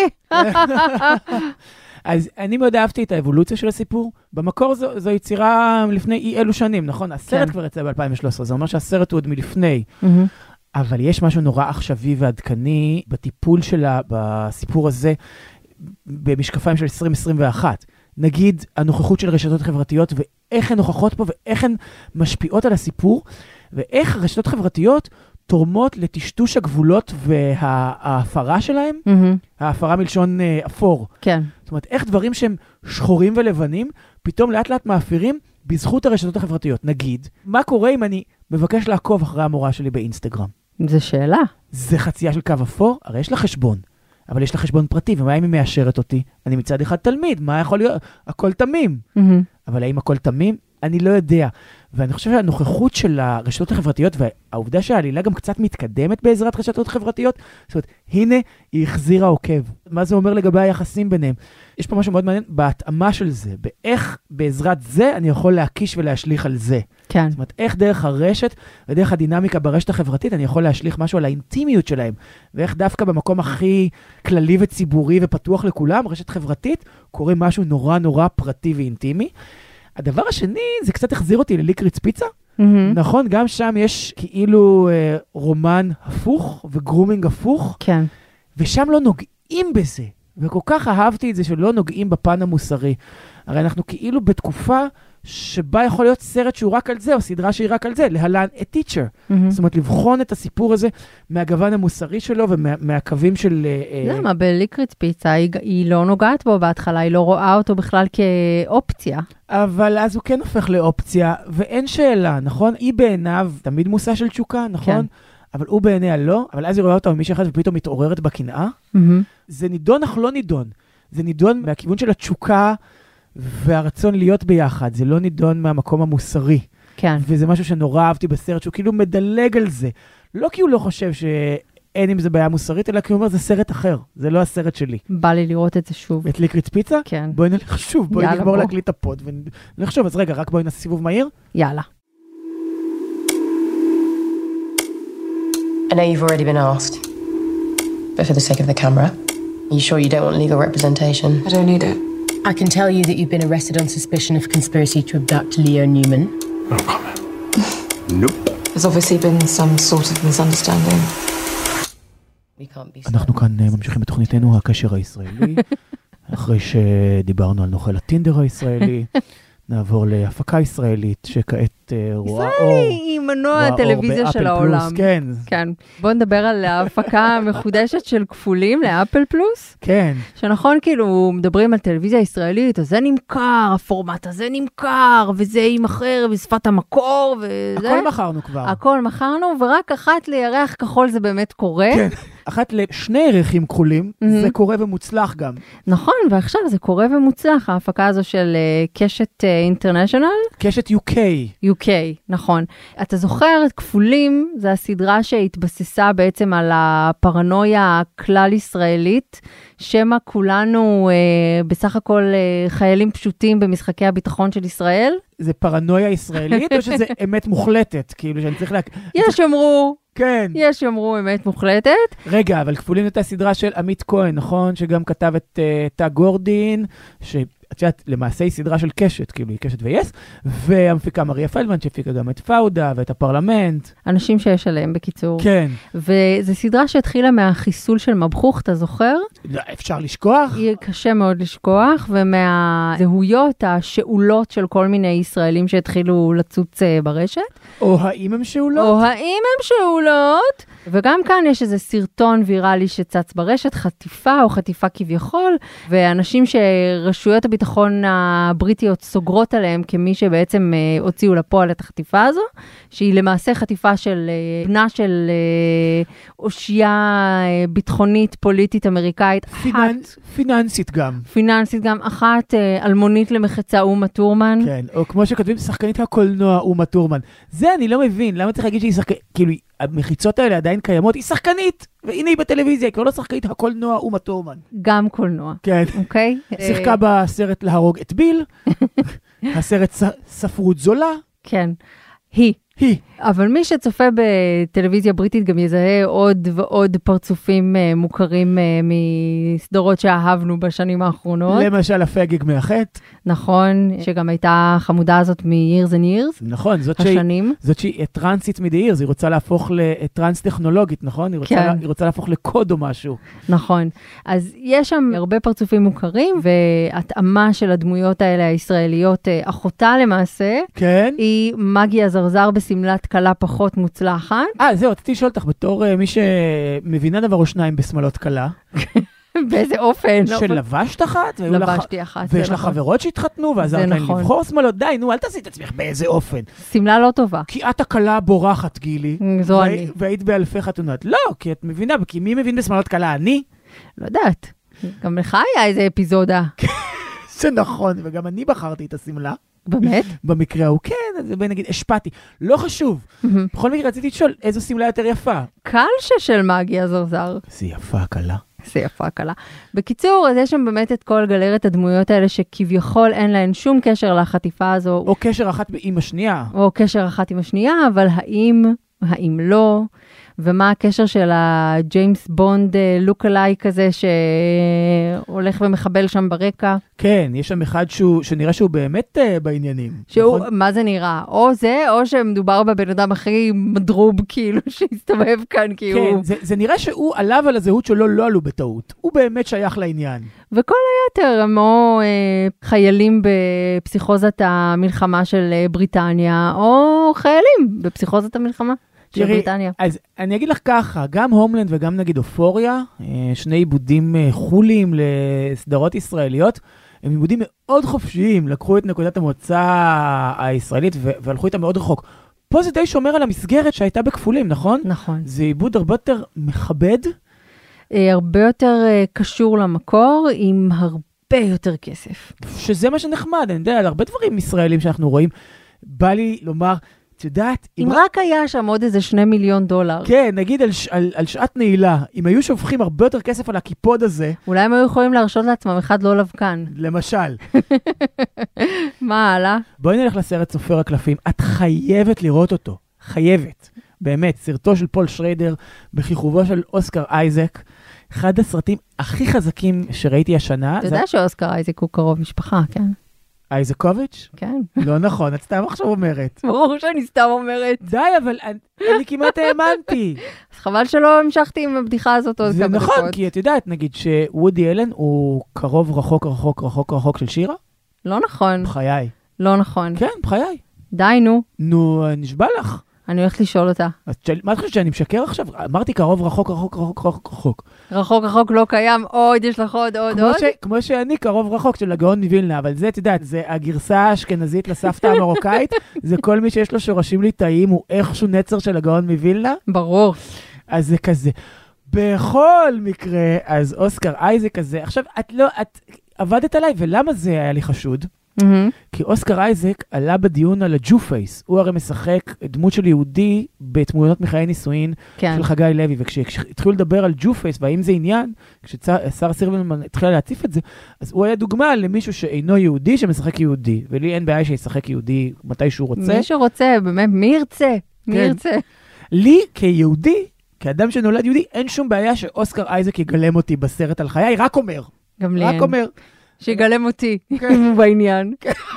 אז אני מאוד אהבתי את האבולוציה של הסיפור. במקור זו יצירה לפני אי אלו שנים, נכון? הסרט כבר יצא ב-2013, זה אומר שהסרט הוא עוד מלפני. אבל יש משהו נורא עכשווי ועדכני בטיפול שלה, בסיפור הזה, במשקפיים של 2021. נגיד, הנוכחות של רשתות חברתיות, ואיך הן נוכחות פה, ואיך הן משפיעות על הסיפור, ואיך רשתות חברתיות תורמות לטשטוש הגבולות וההפרה שלהם, ההפרה מלשון אפור.
כן.
זאת אומרת, איך דברים שהם שחורים ולבנים, פתאום לאט לאט מאפירים בזכות הרשתות החברתיות. נגיד, מה קורה אם אני מבקש לעקוב אחרי המורה שלי באינסטגרם?
זה שאלה.
זה חצייה של קו אפור? הרי יש לה חשבון. אבל יש לה חשבון פרטי, ומה אם היא מאשרת אותי? אני מצד אחד תלמיד, מה יכול להיות? הכל תמים. אבל האם הכל תמים? אני לא יודע. ואני חושב שהנוכחות של הרשתות החברתיות, והעובדה שהעלילה גם קצת מתקדמת בעזרת רשתות חברתיות, זאת אומרת, הנה, היא החזירה עוקב. מה זה אומר לגבי היחסים ביניהם? יש פה משהו מאוד מעניין בהתאמה של זה, באיך בעזרת זה אני יכול להקיש ולהשליך על זה.
כן.
זאת אומרת, איך דרך הרשת ודרך הדינמיקה ברשת החברתית אני יכול להשליך משהו על האינטימיות שלהם, ואיך דווקא במקום הכי כללי וציבורי ופתוח לכולם, רשת חברתית, קורה משהו נורא נורא פרטי ואינטימי. הדבר השני, זה קצת החזיר אותי לליקריץ פיצה. נכון, גם שם יש כאילו רומן הפוך וגרומינג הפוך.
כן.
ושם לא נוגעים בזה. וכל כך אהבתי את זה שלא נוגעים בפן המוסרי. הרי אנחנו כאילו בתקופה שבה יכול להיות סרט שהוא רק על זה, או סדרה שהיא רק על זה, להלן a teacher. זאת אומרת, לבחון את הסיפור הזה מהגוון המוסרי שלו ומהקווים של...
למה? בליקריץ פיצה היא לא נוגעת בו בהתחלה, היא לא רואה אותו בכלל כאופציה.
אבל אז הוא כן הופך לאופציה, ואין שאלה, נכון? היא בעיניו תמיד מושא של תשוקה, נכון? כן. אבל הוא בעיניה לא, אבל אז היא רואה אותה ממישהו אחד ופתאום מתעוררת בקנאה. זה נידון אך לא נידון. זה נידון מהכיוון של התשוקה והרצון להיות ביחד. זה לא נידון מהמקום המוסרי.
כן.
וזה משהו שנורא אהבתי בסרט, שהוא כאילו מדלג על זה. לא כי הוא לא חושב שאין עם זה בעיה מוסרית, אלא כי הוא אומר, זה סרט אחר. זה לא הסרט שלי.
בא לי לראות את זה שוב.
את ליקריץ פיצה?
כן.
בואי נלך שוב, בואי נגמור להקליט את הפוד. ונחשוב, אז רגע, רק בואי נעשה סיבוב מהיר.
יאללה.
I know you've already been asked, but for the sake of the camera, are you sure you don't want legal representation?
I don't need it.
I can tell you that you've been arrested on suspicion of conspiracy to abduct Leo Newman.
No comment. Nope.
There's obviously been some sort of misunderstanding.
אנחנו כאן ממשיכים בתוכניתנו הקשר הישראלי, אחרי שדיברנו על נוכל הטינדר הישראלי. נעבור להפקה ישראלית שכעת רואה אור.
ישראלי היא מנוע הטלוויזיה של העולם.
כן.
כן. בואו נדבר על ההפקה המחודשת של כפולים לאפל פלוס.
כן.
שנכון, כאילו, מדברים על טלוויזיה ישראלית, אז זה נמכר, הפורמט הזה נמכר, וזה יימכר בשפת המקור, וזה.
הכל מכרנו כבר.
הכל מכרנו, ורק אחת לירח כחול זה באמת קורה.
כן. אחת לשני ירחים כחולים, זה קורה ומוצלח גם.
נכון, ועכשיו זה קורה ומוצלח, ההפקה הזו של קשת אינטרנשיונל. קשת
UK.
UK, נכון. אתה זוכר את כפולים, זו הסדרה שהתבססה בעצם על הפרנויה הכלל ישראלית, שמה כולנו בסך הכל חיילים פשוטים במשחקי הביטחון של ישראל.
זה פרנויה ישראלית או שזה אמת מוחלטת? כאילו שאני צריך
יש אמרו.
כן.
יש אמרו אמת מוחלטת.
רגע, אבל כפולים את הסדרה של עמית כהן, נכון? שגם כתב את תא גורדין, את יודעת, למעשה היא סדרה של קשת, כאילו היא קשת ויס, והמפיקה מריה פלדמן, שהפיקה גם את פאודה ואת הפרלמנט. אנשים שיש עליהם, בקיצור. כן. וזו סדרה שהתחילה מהחיסול של מבחוך, אתה זוכר? אפשר לשכוח? היא קשה מאוד לשכוח, ומהזהויות השאולות של כל מיני ישראלים שהתחילו לצוץ ברשת. או האם הם שאולות? וגם כאן יש איזה סרטון ויראלי שצץ ברשת, חטיפה או חטיפה כביכול, ואנשים שרשויות הביטחון הבריטיות סוגרות עליהם כמי שבעצם הוציאו לפועל את החטיפה הזו, שהיא למעשה חטיפה של בנה של אושייה ביטחונית, פוליטית, אמריקאית. פיננסית גם. פיננסית גם, אחת אלמונית למחצה אומה טורמן. כן, או כמו שכתבים, שחקנית הקולנוע אומה טורמן. זה אני לא מבין, למה צריך להגיד שהיא שחקנית, כאילו, המחיצות האלה עדיין קיימות, היא שחקנית, והנה היא בטלוויזיה, היא כבר לא שחקנית הקולנוע אומה טורמן. גם קולנוע. כן. אוקיי? שיחקה בסרט להרוג את ביל, הסרט ספרות זולה. כן. היא. אבל מי שצופה בטלוויזיה בריטית גם יזהה עוד ועוד פרצופים מוכרים מסדרות שאהבנו בשנים האחרונות. למשל הפגיג מהחטא. נכון, שגם הייתה חמודה הזאת מ-Years and Years. נכון, זאת שהיא טרנסית מדי-Years, היא רוצה להפוך לטרנס טכנולוגית, נכון? היא רוצה להפוך לקוד או משהו. נכון. אז יש שם הרבה פרצופים מוכרים, והתאמה של הדמויות האלה הישראליות, אחותה למעשה, היא מגיה זרזר בסמלת קלה פחות מוצלחת. זהו, רציתי לשאול אותך, בתור מי שמבינה דבר או שניים בשמלות קלה. באיזה אופן? שלבשת אחת? לבשתי אחת. ויש לך חברות שהתחתנו, ועזרת להן לבחור שמלות. די, נו, אל תעשי את עצמך באיזה אופן. סמלה לא טובה. כי את הקלה בורחת, גילי. זו אני. והיית באלפי חתונות. לא, כי את מבינה, כי מי מבין בשמלות קלה? אני?
לא יודעת, גם לך היה איזה אפיזודה.
זה נכון, וגם אני בחרתי את הסמלה.
באמת?
במקרה ההוא, כן, אז נגיד, השפעתי. לא חשוב. בכל מקרה רציתי לשאול, איזו סמלה יותר יפה?
קלשה של מגיה זרזר.
זה יפה, קלה.
זה יפה, קלה. בקיצור, אז יש שם באמת את כל גלרת הדמויות האלה, שכביכול אין להן שום קשר לחטיפה הזו.
או קשר אחת עם השנייה.
או קשר אחת עם השנייה, אבל האם לא, ומה הקשר של הג'יימס בונד לוק-אליי כזה, שהולך ומחבל שם ברקע.
כן, יש שם אחד שנראה שהוא באמת בעניינים.
שהוא, נכון? מה זה נראה? או זה, או שמדובר בבן אדם הכי מדרוב, כאילו, שהסתובב כאן, כי
כן,
הוא...
זה נראה שהוא עליו על הזהות שלו לא עלו בטעות. הוא באמת שייך לעניין.
וכל היתר הם או חיילים בפסיכוזת המלחמה של בריטניה, או חיילים בפסיכוזת המלחמה.
תראי, אז אני אגיד לך ככה, גם הומלנד וגם נגיד אופוריה, שני עיבודים חולים לסדרות ישראליות, הם עיבודים מאוד חופשיים, לקחו את נקודת המוצא הישראלית והלכו איתה מאוד רחוק. פה זה די שומר על המסגרת שהייתה בכפולים, נכון?
נכון.
זה עיבוד הרבה יותר מכבד.
הרבה יותר קשור למקור, עם הרבה יותר כסף.
שזה מה שנחמד, אני יודע, על הרבה דברים ישראלים שאנחנו רואים, בא לי לומר... את יודעת,
אם רק היה שם עוד איזה $2 מיליון.
כן, נגיד על שעת נעילה, אם היו שופכים הרבה יותר כסף על הקיפוד הזה...
אולי הם היו יכולים להרשות לעצמם אחד לא לבקן.
למשל.
מה הלאה?
בואי נלך לסרט סופר הקלפים. את חייבת לראות אותו. חייבת. באמת, סרטו של פול שריידר, בכיכובו של אוסקר אייזק. אחד הסרטים הכי חזקים שראיתי השנה.
אתה יודע שאוסקר אייזק הוא קרוב משפחה, כן?
אייזקוביץ'?
כן.
לא נכון, את סתם עכשיו אומרת.
ברור שאני סתם אומרת.
די, אבל אני כמעט האמנתי.
אז חבל שלא המשכתי עם הבדיחה הזאת עוד כמה דקות.
זה נכון, כי את יודעת, נגיד שוודי אלן הוא קרוב רחוק של שירה?
לא נכון.
בחיי.
לא נכון.
כן, בחיי.
די, נו.
נו, נשבע לך.
אני הולכת לשאול אותה.
מה את חושבת שאני משקר עכשיו? אמרתי קרוב רחוק.
רחוק לא קיים, עוד, יש לך עוד.
כמו שאני קרוב רחוק של הגאון מווילנה, אבל זה, את יודעת, זה הגרסה האשכנזית לסבתא המרוקאית, זה כל מי שיש לו שורשים ליטאיים, הוא איכשהו נצר של הגאון מווילנה.
ברור.
אז זה כזה. בכל מקרה, אז אוסקר אייזק הזה, עכשיו, את עבדת עליי, ולמה זה היה לי חשוד? כי אוסקר אייזק עלה בדיון על הג'ו פייס, הוא הרי משחק דמות של יהודי בתמונות מחיי נישואין של חגי לוי, וכשהתחילו לדבר על ג'ו פייס, והאם זה עניין, כששר סירבלמן התחילה להציף את זה, אז הוא היה דוגמה למישהו שאינו יהודי שמשחק יהודי, ולי אין בעיה שישחק יהודי מתי שהוא רוצה.
מי שרוצה, באמת, מי ירצה? מי ירצה?
לי כיהודי, כאדם שנולד יהודי, אין שום בעיה שאוסקר אייזק יגלם אותי בסרט על חיי, רק אומר.
גם לי אין.
רק אומר.
שיגלם אותי, אם הוא בעניין.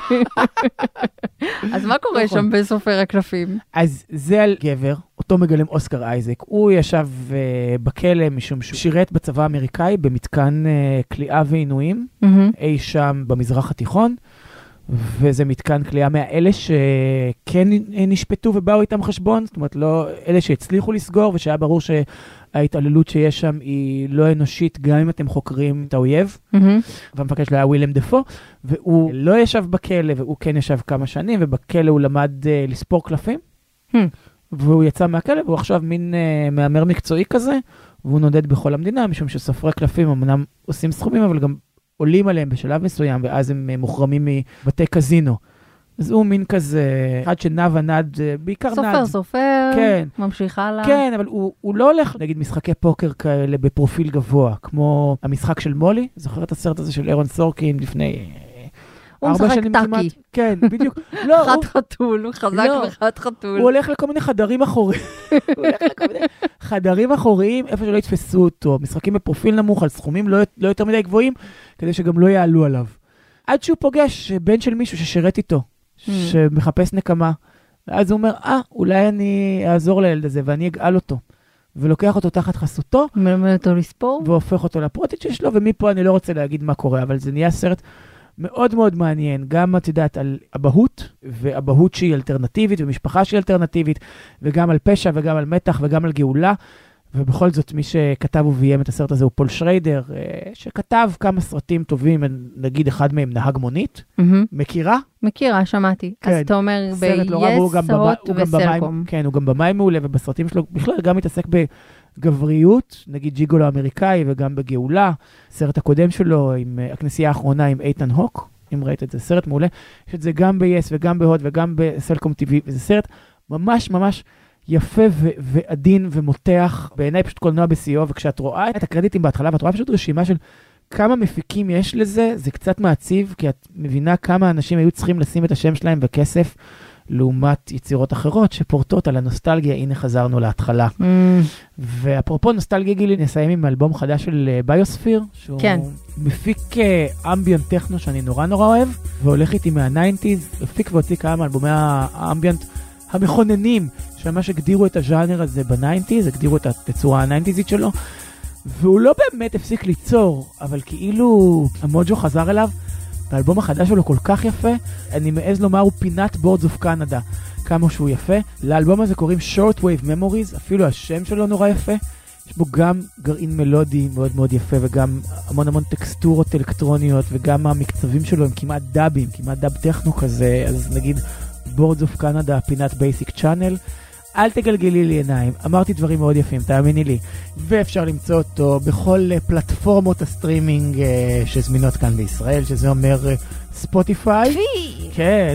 אז מה קורה שם בסופר הקלפים?
אז זה על גבר, אותו מגלם אוסקר אייזק. הוא ישב בכלא משום שהוא שירת בצבא האמריקאי במתקן כליאה ועינויים, אי שם במזרח התיכון, וזה מתקן כליאה מאלה שכן נשפטו ובאו איתם חשבון, זאת אומרת, לא אלה שהצליחו לסגור, ושהיה ברור שההתעללות שיש שם היא לא אנושית, גם אם אתם חוקרים את האויב. והמפקד שלו היה ווילם דפו, והוא לא ישב בכלא, והוא כן ישב כמה שנים, ובכלא הוא למד לספור קלפים, והוא יצא מהכלא, והוא עכשיו מין מאמר מקצועי כזה, והוא נודד בכל המדינה, משום שסופרי קלפים אמנם עושים סכומים, אבל גם עולים עליהם בשלב מסוים, ואז הם מוחרמים מבתי קזינו. אז הוא מין כזה, אחד שנע ונד, בעיקר נד.
סופר,
כן.
ממשיך הלאה.
כן, אבל הוא לא הולך, נגיד, משחקי פוקר כאלה בפרופיל גבוה, כמו המשחק של מולי, זוכר את הסרט הזה של אירון סורקין לפני 4 שנים כמעט? הוא משחק טאקי. כן, בדיוק.
חד חתול, הוא חזק וחד חתול.
הוא הולך לכל מיני חדרים אחוריים. חדרים אחוריים, איפה שלא יתפסו אותו. משחקים בפרופיל נמוך, על סכומים לא יותר מדי גבוהים, כדי שגם לא יעלו עליו. עד שהוא פוגש בן של מישהו ששירת איתו, שמחפש נקמה. ואז הוא אומר, אולי אני אעזור לילד הזה, ואני אגאל אותו. ולוקח אותו תחת חסותו.
מלמד אותו לספור.
והופך אותו לפרוטית שלו, ומפה אני לא רוצה להגיד מה קורה, אבל זה נהיה סרט מאוד מאוד מעניין, גם את יודעת על אבהות, ואבהות שהיא אלטרנטיבית, ומשפחה שהיא אלטרנטיבית, וגם על פשע, וגם על מתח, וגם על גאולה, ובכל זאת, מי שכתב וביים את הסרט הזה הוא פול שריידר, שכתב כמה סרטים טובים, נגיד אחד מהם נהג מונית. מכירה?
מכירה, שמעתי.
כן.
אז אתה אומר,
סרט לא רע,
ב-Yes, הוט וסלקום.
כן, הוא גם במאי מעולה, ובסרטים שלו בכלל גם מתעסק בגבריות, נגיד ג'יגולו האמריקאי, וגם בגאולה. סרט הקודם שלו, עם הכנסייה האחרונה, עם איתן הוק, אם ראית את זה, סרט מעולה. יש את זה גם ב-Yes וגם בהוט וגם בסלקום TV, וזה סרט ממש ממש יפה ועדין ומותח, בעיניי פשוט קולנוע בשיאו, וכשאת רואה את הקרדיטים בהתחלה, ואת רואה פשוט רשימה של כמה מפיקים יש לזה, זה קצת מעציב, כי את מבינה כמה אנשים היו צריכים לשים את השם שלהם בכסף, לעומת יצירות אחרות שפורטות על הנוסטלגיה, הנה חזרנו להתחלה. ואפרופו נוסטלגיה גילי, נסיים עם אלבום חדש של ביוספיר, שהוא מפיק אמביאנט טכנו שאני נורא נורא אוהב, והולך איתי מה-90s, הפיק והוציא כמה אלבומי האמביאנט המכוננים, שממש הגדירו את הז'אנר הזה ב-90s, הגדירו את התצורה ה-90sית שלו, והוא לא באמת הפסיק ליצור, אבל כאילו המוג'ו חזר אליו, והאלבום החדש שלו כל כך יפה, אני מעז לומר הוא פינת בורדס אוף קנדה, כמה שהוא יפה. לאלבום הזה קוראים Shortwave Memories, אפילו השם שלו נורא יפה, יש בו גם גרעין מלודי מאוד מאוד יפה, וגם המון המון טקסטורות אלקטרוניות, וגם המקצבים שלו הם כמעט דאבים, כמעט דאב טכנו כזה, אז נגיד בורדס אוף קנדה, פינת בייסיק צ'אנל, אל תגלגלי לי עיניים, אמרתי דברים מאוד יפים, תאמיני לי, ואפשר למצוא אותו בכל פלטפורמות הסטרימינג שזמינות כאן בישראל, שזה אומר ספוטיפיי.
תפי!
כן.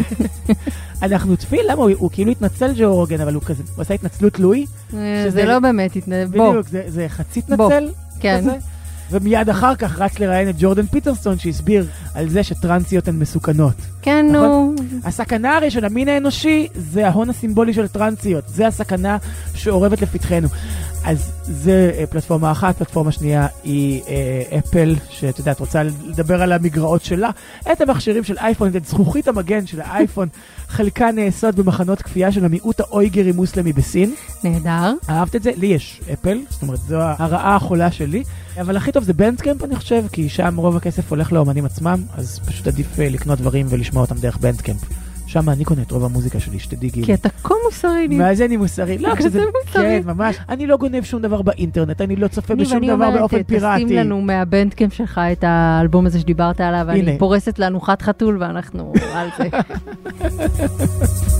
אנחנו תפי, למה? הוא כאילו התנצל ג'ו רוגן, אבל הוא כזה, הוא עשה התנצלות לואי.
זה לא באמת התנצל, בוא.
בדיוק, זה חצי תנצל.
כן.
ומיד אחר כך רץ לראיין את ג'ורדן פיטרסון שהסביר על זה שטרנסיות הן מסוכנות.
כן, נו.
הסכנה הרי של המין האנושי זה ההון הסימבולי של טרנסיות. זה הסכנה שעורבת לפתחנו. אז זה פלטפורמה אחת, פלטפורמה שנייה היא אפל, שאת יודעת, רוצה לדבר על המגרעות שלה. את המכשירים של אייפון, את זכוכית המגן של האייפון, חלקה נעשות במחנות כפייה של המיעוט האויגרי מוסלמי בסין.
נהדר.
אהבת את זה? לי יש אפל, זאת אומרת, זו הרעה החולה שלי. אבל הכי טוב זה בנדקמפ, אני חושב, כי שם רוב הכסף הולך לאומנים עצמם, אז פשוט עדיף לקנות דברים ולשמוע אותם דרך בנדקמפ. שם אני קונה את רוב המוזיקה שלי, שתדעי גילי.
כי אתה כה מוסרי.
מה זה אני מוסרי? לא,
כשזה מוסרי.
כן, ממש. אני לא גונב שום דבר באינטרנט, אני לא צופה בשום דבר באופן פיראטי.
תשים לנו מהבנדקמפ שלך את האלבום הזה שדיברת עליו, ואני פורסת לנו חת חתול ואנחנו על זה.